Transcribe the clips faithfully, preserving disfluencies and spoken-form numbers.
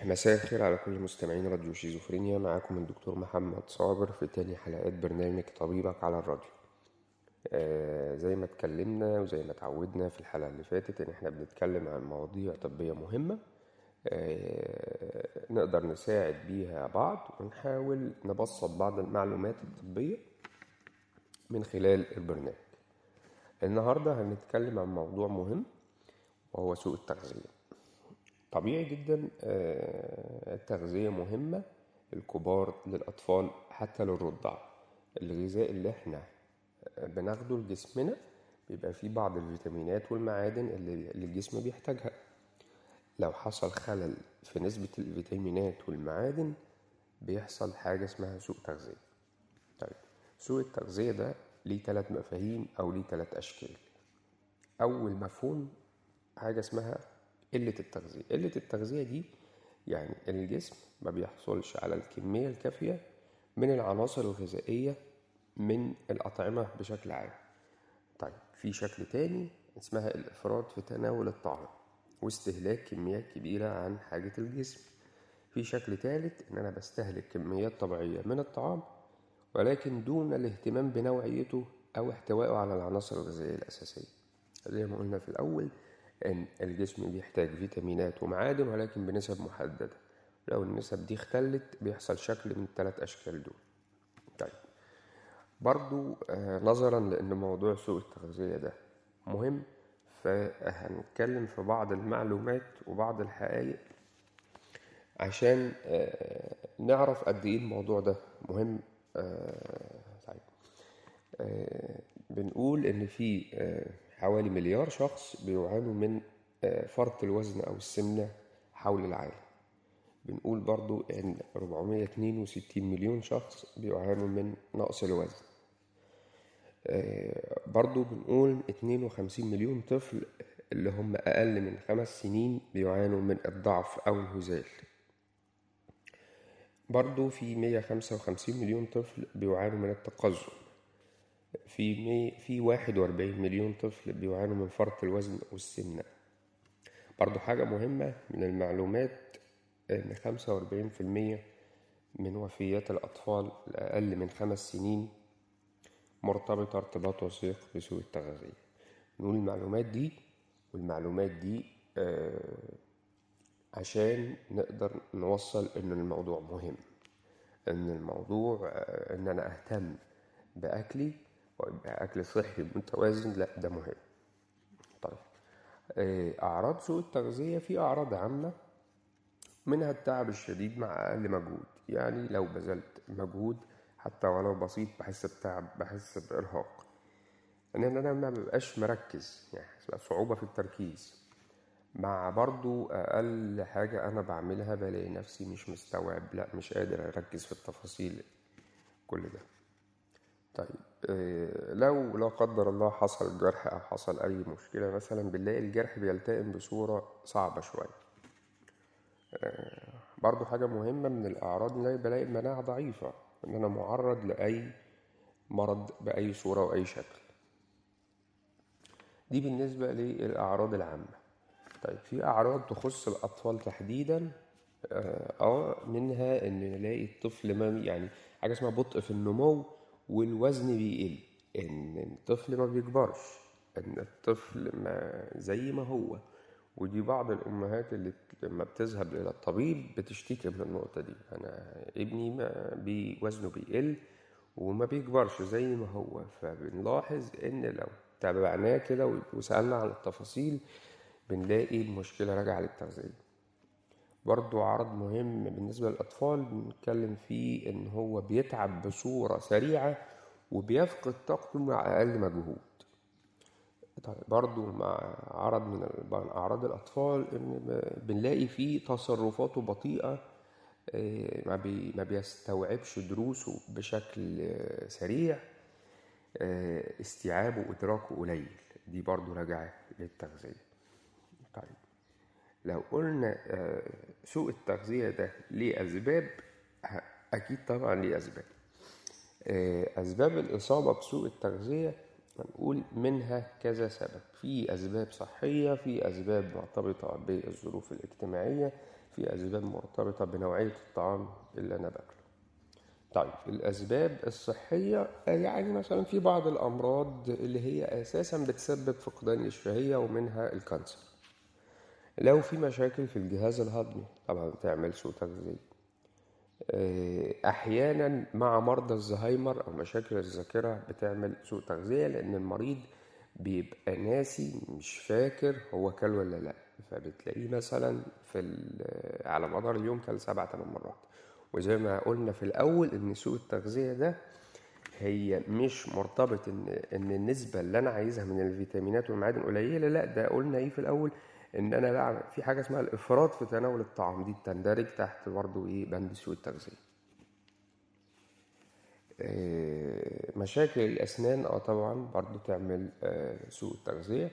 مساء الخير على كل مستمعين راديو شيزوفرينيا. معاكم الدكتور محمد صابر في تاني حلقات برنامج طبيبك على الراديو. آه زي ما اتكلمنا وزي ما اتعودنا في الحلقة اللي فاتت ان احنا بنتكلم عن مواضيع طبية مهمة آه نقدر نساعد بيها بعض ونحاول نبسط بعض المعلومات الطبية من خلال البرنامج. النهاردة هنتكلم عن موضوع مهم وهو سوء التغذية. طبيعي جدا التغذية مهمة للكبار للأطفال حتى للرضع. الغذاء اللي احنا بناخده لجسمنا بيبقى فيه بعض الفيتامينات والمعادن اللي الجسم بيحتاجها. لو حصل خلل في نسبة الفيتامينات والمعادن بيحصل حاجة اسمها سوء تغذية. طيب سوء التغذية ده ليه ثلاث مفاهيم أو ليه ثلاث أشكال. أول مفهوم حاجة اسمها قلة التغذية. قلة التغذية دي يعني الجسم ما بيحصلش على الكمية الكافية من العناصر الغذائية من الأطعمة بشكل عام. طيب في شكل تاني اسمها الإفراط في تناول الطعام واستهلاك كميات كبيرة عن حاجة الجسم. في شكل ثالث ان انا بستهلك كميات طبيعية من الطعام ولكن دون الاهتمام بنوعيته او احتوائه على العناصر الغذائية الأساسية. زي ما قلنا في الأول ان الجسم بيحتاج فيتامينات ومعادن ولكن بنسب محددة. لو النسب دي اختلت بيحصل شكل من الثلاث اشكال دول. طيب برضو آه نظرا لان موضوع سوء التغذية ده مهم فهنتكلم في بعض المعلومات وبعض الحقائق عشان آه نعرف قد ايه الموضوع ده مهم. آه طيب آه بنقول ان في آه حوالي مليار شخص بيعانوا من فرط الوزن أو السمنة حول العالم. بنقول برضو أن أربعمائة واثنين وستين مليون شخص بيعانوا من نقص الوزن. برضو بنقول اثنين وخمسين مليون طفل اللي هم أقل من خمس سنين بيعانوا من الضعف أو الهزال. برضو في مئة وخمسة وخمسين مليون طفل بيعانوا من التقزم. في مي في واحد وأربعين مليون طفل بيعانوا من فرط الوزن والسمنة. برضو حاجة مهمة من المعلومات ان خمسة وأربعين بالمئة من وفيات الأطفال الأقل من خمس سنين مرتبطة ارتباط وثيق بسوء التغذية. نقول المعلومات دي والمعلومات دي آه عشان نقدر نوصل ان الموضوع مهم، ان الموضوع آه ان انا اهتم بأكلي ويبقى أكل صحي متوازن، لا ده مهم. طيب أعراض سوء التغذية في أعراض عامة منها التعب الشديد مع أقل مجهود. يعني لو بذلت مجهود حتى ولو بسيط بحس بتعب، بحس بإرهاق، إن أنا ما ببقاش مركز، يعني صعوبة في التركيز. مع برضو أقل حاجة أنا بعملها بلاقي نفسي مش مستوعب، لا مش قادر أركز في التفاصيل كل ده. طيب إيه لو لا قدر الله حصل جرح أو حصل أي مشكلة مثلا بنلاقي الجرح بيلتئم بصورة صعبة شوية. إيه برضو حاجة مهمة من الأعراض اللي بلاقي المناعة ضعيفة، إن أنا معرض لأي مرض بأي صورة وأي شكل. دي بالنسبة للأعراض العامة. طيب في أعراض تخص الأطفال تحديدا اه منها ان نلاقي الطفل ما يعني حاجة اسمها بطء في النمو والوزن بيقل، ان الطفل ما بيكبرش، ان الطفل ما زي ما هو. ودي بعض الامهات اللي لما بتذهب الى الطبيب بتشتكي من النقطة دي، انا ابني ما بي وزنه بيقل وما بيكبرش زي ما هو. فبنلاحظ ان لو تابعناه كده وسألنا عن التفاصيل بنلاقي المشكلة راجعة للتغذية. برضو عرض مهم بالنسبة للأطفال بنتكلم فيه إن هو بيتعب بصورة سريعة وبيفقد طاقته مع أقل مجهود. طيب برضو مع عرض من أعراض الأطفال إن بنلاقي فيه تصرفاته بطيئة، ما بيستوعبش دروسه بشكل سريع، استيعابه وإدراكه قليل. دي برضو راجعة للتغذية. طيب لو قلنا سوء التغذية ده ليه أسباب، أكيد طبعا ليه أسباب. أسباب الإصابة بسوء التغذية هنقول منها كذا سبب. في أسباب صحية، في أسباب مرتبطة بالظروف الاجتماعية، في أسباب مرتبطة بنوعية الطعام اللي أنا باكله. طيب الأسباب الصحية، يعني مثلا في بعض الأمراض اللي هي أساسا بتسبب فقدان الشهية ومنها الكانسر. لو في مشاكل في الجهاز الهضمي طبعا تعمل سوء تغذية. أحيانا مع مرضى الزهايمر أو مشاكل الذاكرة بتعمل سوء تغذية، لأن المريض بيبقى ناسي مش فاكر هو كل ولا لا، فبتلاقيه مثلا في على مدار اليوم كل سبع ثمان مرات. وزي ما قلنا في الأول إن سوء التغذية ده هي مش مرتبط إن إن النسبة اللي أنا عايزها من الفيتامينات والمعادن قليلة، لا، ده قلنا إيه في الأول إن أنا بعمل في حاجة اسمها الإفراط في تناول الطعام، دي تندرج تحت برضو إيه بند سوء التغذية. مشاكل الأسنان اه طبعا برضو تعمل سوء التغذية.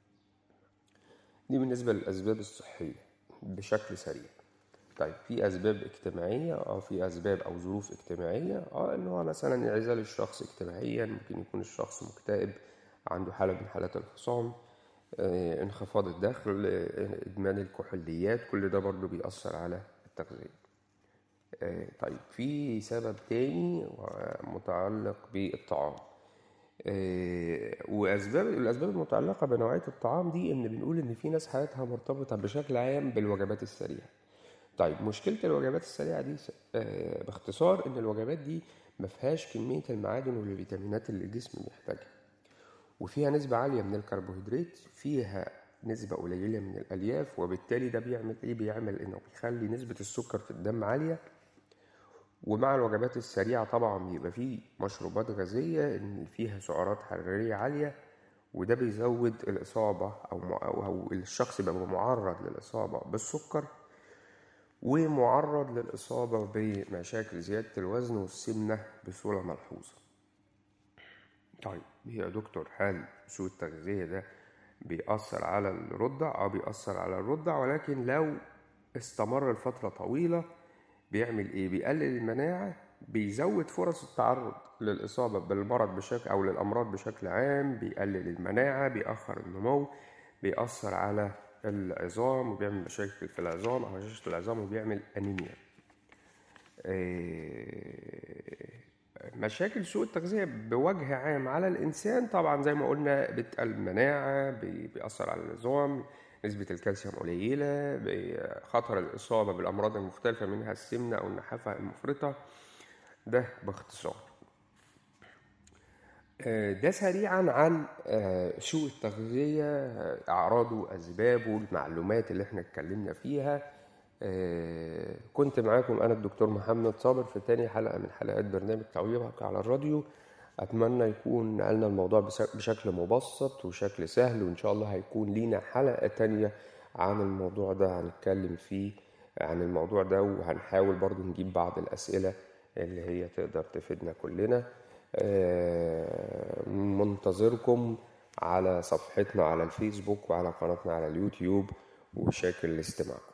دي بالنسبة للأسباب الصحية بشكل سريع. طيب في أسباب اجتماعية، اه في أسباب أو ظروف اجتماعية، اه إن هو مثلا انعزال الشخص اجتماعيا، ممكن يكون الشخص مكتئب، عنده حالة من حالات الخصام، اه انخفاض الدخل، اه إدمان الكحوليات، كل ده برضو بيأثر على التغذية. اه طيب في سبب تاني متعلق بالطعام، اه وأسباب الأسباب المتعلقة بنوعية الطعام دي إن بنقول إن في ناس حياتها مرتبطة بشكل عام بالوجبات السريعة. طيب مشكلة الوجبات السريعة دي باختصار إن الوجبات دي مفيهاش كمية المعادن والفيتامينات اللي الجسم بيحتاجها، وفيها نسبة عالية من الكربوهيدرات، فيها نسبة قليلة من الألياف، وبالتالي ده بيعمل إيه؟ بيعمل إنه بيخلي نسبة السكر في الدم عالية. ومع الوجبات السريعة طبعا بيبقى فيه مشروبات غازية إن فيها سعرات حرارية عالية، وده بيزود الإصابة أو, أو الشخص يبقى معرض للإصابة بالسكر، ومعرض للإصابة بمشاكل زيادة الوزن والسمنة بصورة ملحوظة. طيب يا دكتور، هل سوء التغذية ده بيأثر على الرضع؟ اه بيأثر على الرضع، ولكن لو استمر لفترة طويلة بيعمل ايه؟ بيقلل المناعة، بيزود فرص التعرض للإصابة بالمرض بشكل أو للأمراض بشكل عام، بيقلل المناعة، بيأخر النمو، بيأثر على العظام وبيعمل مشاكل في العظام أو هشاشة العظام وبيعمل أنيميا. مشاكل سوء التغذية بوجه عام على الإنسان طبعا زي ما قلنا بتقلل المناعة، بيأثر على العظام، نسبة الكالسيوم قليلة، خطر الإصابة بالأمراض المختلفة منها السمنة أو النحافة المفرطة. ده باختصار. ده سريعا عن سوء التغذية، أعراضه وأسبابه، المعلومات اللي احنا اتكلمنا فيها. كنت معاكم أنا الدكتور محمد صابر في تاني حلقة من حلقات برنامج تعويضك على الراديو. أتمنى يكون نقلنا الموضوع بشكل مبسط وشكل سهل، وإن شاء الله هيكون لينا حلقة تانية عن الموضوع ده هنتكلم فيه عن الموضوع ده، وهنحاول برضو نجيب بعض الأسئلة اللي هي تقدر تفيدنا كلنا. منتظركم على صفحتنا على الفيسبوك وعلى قناتنا على اليوتيوب، وشاكر لاستماعكم.